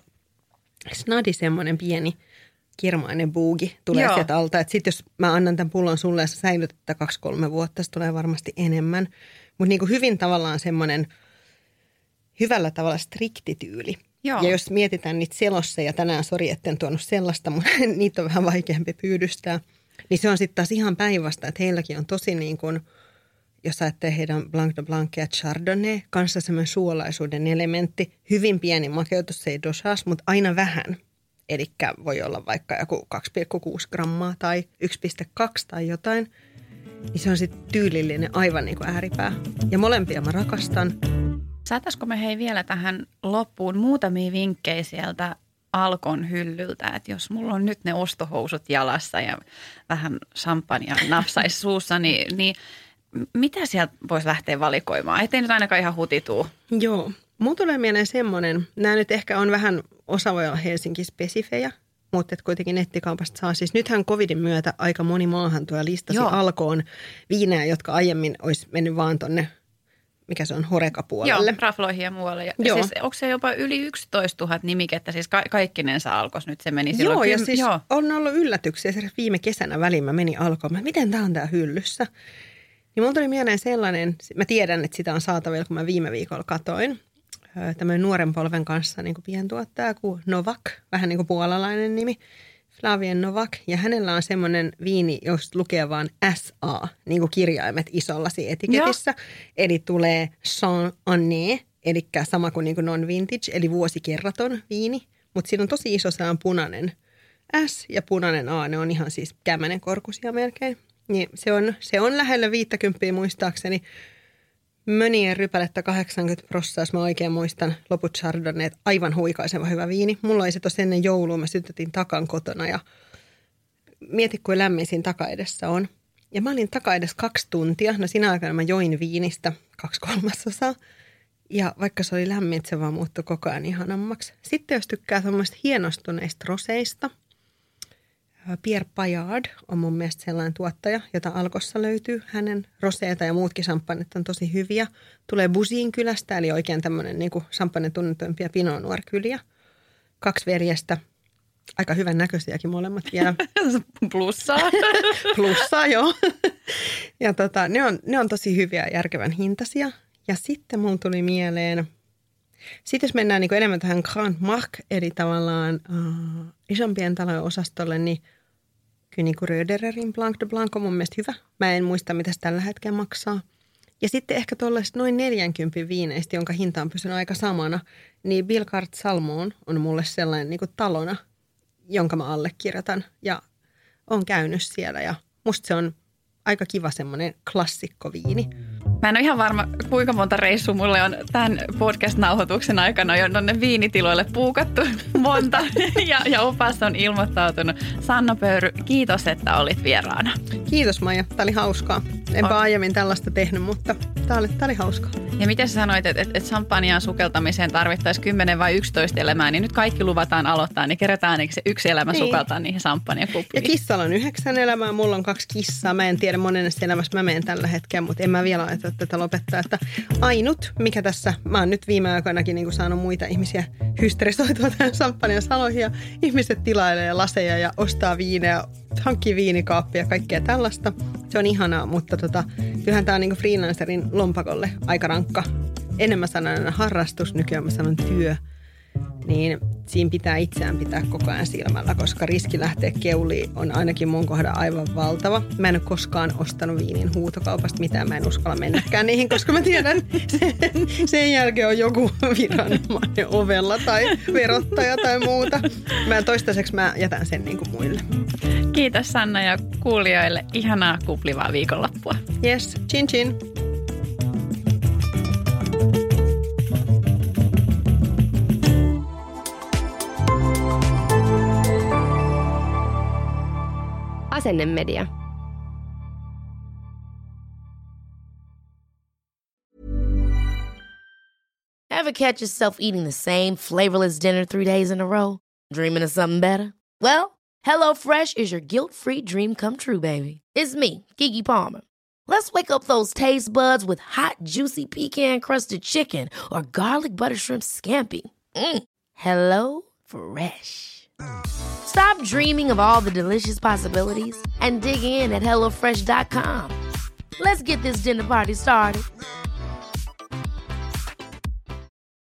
snadi semmoinen pieni kirmainen buugi tulee Joo. sieltä alta. Että sitten jos mä annan tämän pullon sulle ja sä säilytät tätä kaksi kolme vuotta, se tulee varmasti enemmän. Mutta niin kuin hyvin tavallaan semmoinen hyvällä tavalla striktityyli. Joo. Ja jos mietitään niitä selossa, ja tänään sori, etten tuonut sellaista, mutta niitä on vähän vaikeampi pyydystää, niin se on sitten taas ihan päinvasta, että heilläkin on tosi niin kuin, jos ajattelee heidän Blanc de Blanc ja Chardonnay, kanssa semmoinen suolaisuuden elementti, hyvin pieni makeutus, se ei dosage, mutta aina vähän. Eli voi olla vaikka joku kaksi pilkku kuusi grammaa tai yksi pilkku kaksi tai jotain. Niin se on sitten tyylillinen aivan niin kuin ääripää. Ja molempia mä rakastan. Saataisiko me hei vielä tähän loppuun muutamia vinkkejä sieltä Alkon hyllyltä, että jos mulla on nyt ne ostohousut jalassa ja vähän champagnea napsaisi suussa, niin, niin mitä sieltä voisi lähteä valikoimaan? Ettei nyt ainakaan ihan hutituu. Joo, mun tulee mieleen semmoinen, nämä nyt ehkä on vähän, osa voi olla Helsinki-spesifejä, mutta kuitenkin nettikaupasta saa. Siis nythän covidin myötä aika moni maahan tuo listasi Joo. Alkoon viinejä, jotka aiemmin olisi mennyt vaan tonne, mikä se on, Horeca-puolelle. Joo, rafloihin ja muualle. Ja Joo. Siis, onko se jopa yli yksitoista tuhatta nimikettä, siis ka- kaikkinensa Alkos nyt se meni silloin. Joo, Kym- ja siis Joo. on ollut yllätyksiä. Se viime kesänä väliin mä menin Alkoon. Mä, miten tää on tää hyllyssä? Niin mulla tuli mieleen sellainen, mä tiedän, että sitä on saatavilla, kun mä viime viikolla katoin. Tämmöinen nuoren polven kanssa niin kuin pientuottaja kuin Novak, vähän niin kuin puolalainen nimi, Flavien Novak. Ja hänellä on semmoinen viini, josta lukee vaan S A, niin kuin kirjaimet isolla siinä etiketissä. Ja. Eli tulee Saint Année, eli sama kuin, niin kuin non-vintage, eli vuosikerraton viini. Mutta siinä on tosi iso sellainen punainen S ja punainen A, ne on ihan siis kämmänen korkuisia melkein. Niin se on, se on lähellä viittäkymppiä muistaakseni. Mönien rypälettä kahdeksankymmentä prosenttia, jos mä oikein muistan, loput Chardonnayt, aivan huikaiseva hyvä viini. Mulla oli se tossa ennen joulua, mä sytytin takan kotona ja mieti, kuin lämmin siinä takaedessä on. Ja mä olin takaedessä kaksi tuntia, no siinä aikana mä join viinistä kaksi kolmasosaa. Ja vaikka se oli lämmin, se vaan muuttui koko ajan ihanammaksi. Sitten jos tykkää tuommoista hienostuneista roseista, Pierre Payard on mun mielestä sellainen tuottaja, jota Alkossa löytyy. Hänen roseita ja muutkin samppanit on tosi hyviä. Tulee Buzin kylästä, eli oikein tämmöinen niin kuin samppanen tunnetuimpia Pinot Noir-kyliä. Kaksi veljestä, aika hyvän näköisiäkin molemmat vielä. Plussaa. Plussaa, joo. Ja tota, ne, on, ne on tosi hyviä ja järkevän hintaisia. Ja sitten mun tuli mieleen, sitten jos mennään niin kuin enemmän tähän Grand Marque, eli tavallaan uh, isompien talojen osastolle, niin kyllä niin kuin Rödererin Blanc de Blanc on mun mielestä hyvä. Mä en muista, mitä se tällä hetkellä maksaa. Ja sitten ehkä tuollaisista noin neljänkympin viineistä, jonka hinta on pysynyt aika samana, niin Bilcart Salmon on mulle sellainen niin kuin talona, jonka mä allekirjoitan. Ja on käynyt siellä ja musta se on aika kiva semmoinen klassikkoviini. Mä en ole ihan varma, kuinka monta reissua mulle on tämän podcast-nauhoituksen aikana jo tuonne viinitiloille puukattu monta. Ja, ja opas on ilmoittautunut. Sanna Pöyry, kiitos, että olit vieraana. Kiitos Maija, tää oli hauskaa. Enpä aiemmin tällaista tehnyt, mutta tää oli, tää oli hauskaa. Ja miten sä sanoit, että, että champagnea sukeltamiseen tarvittaisiin kymmenen vai yksitoista elämää, niin nyt kaikki luvataan aloittaa, niin kerätään se yksi elämä niin sukeltaa niihin champagnekupliin. Ja kissalla on yhdeksän elämää, mulla on kaksi kissaa. Mä en tiedä monennessa elämässä mä menen tällä hetkellä, mutta en mä vielä ajatella tätä lopettaa. Että ainut, mikä tässä, mä oon nyt viime aikoinakin niin kuin saanut muita ihmisiä hysterisoitua tähän champagnen saloihin ja ihmiset tilailee laseja ja ostaa viinejä, hankkii viinikaappia ja kaikkea tällaista. Se on ihanaa, mutta tota, kyllähän tää on niinku freelancerin lompakolle aika rankka. Enemmän sanon harrastus, nykyään mä sanon työ. Niin siinä pitää itseään pitää koko ajan silmällä, koska riski lähteä keuliin on ainakin mun kohdalla aivan valtava. Mä en ole koskaan ostanut viinin huutokaupasta mitään, mä en uskalla mennäkään niihin, koska mä tiedän, sen, sen jälkeen on joku viranomainen ovella tai verottaja tai muuta. Mä toistaiseksi mä jätän sen niin kuin muille. Kiitos Sanna ja kuulijoille. Ihanaa kuplivaa viikonloppua. Yes, chin chin. Asennemedia. Ever catch yourself eating the same flavorless dinner three days in a row? Dreaming of something better? Well, HelloFresh is your guilt-free dream come true, baby. It's me, Keke Palmer. Let's wake up those taste buds with hot, juicy pecan-crusted chicken or garlic butter shrimp scampi. Mm. Hello Fresh. Stop dreaming of all the delicious possibilities and dig in at hello fresh dot com. Let's get this dinner party started.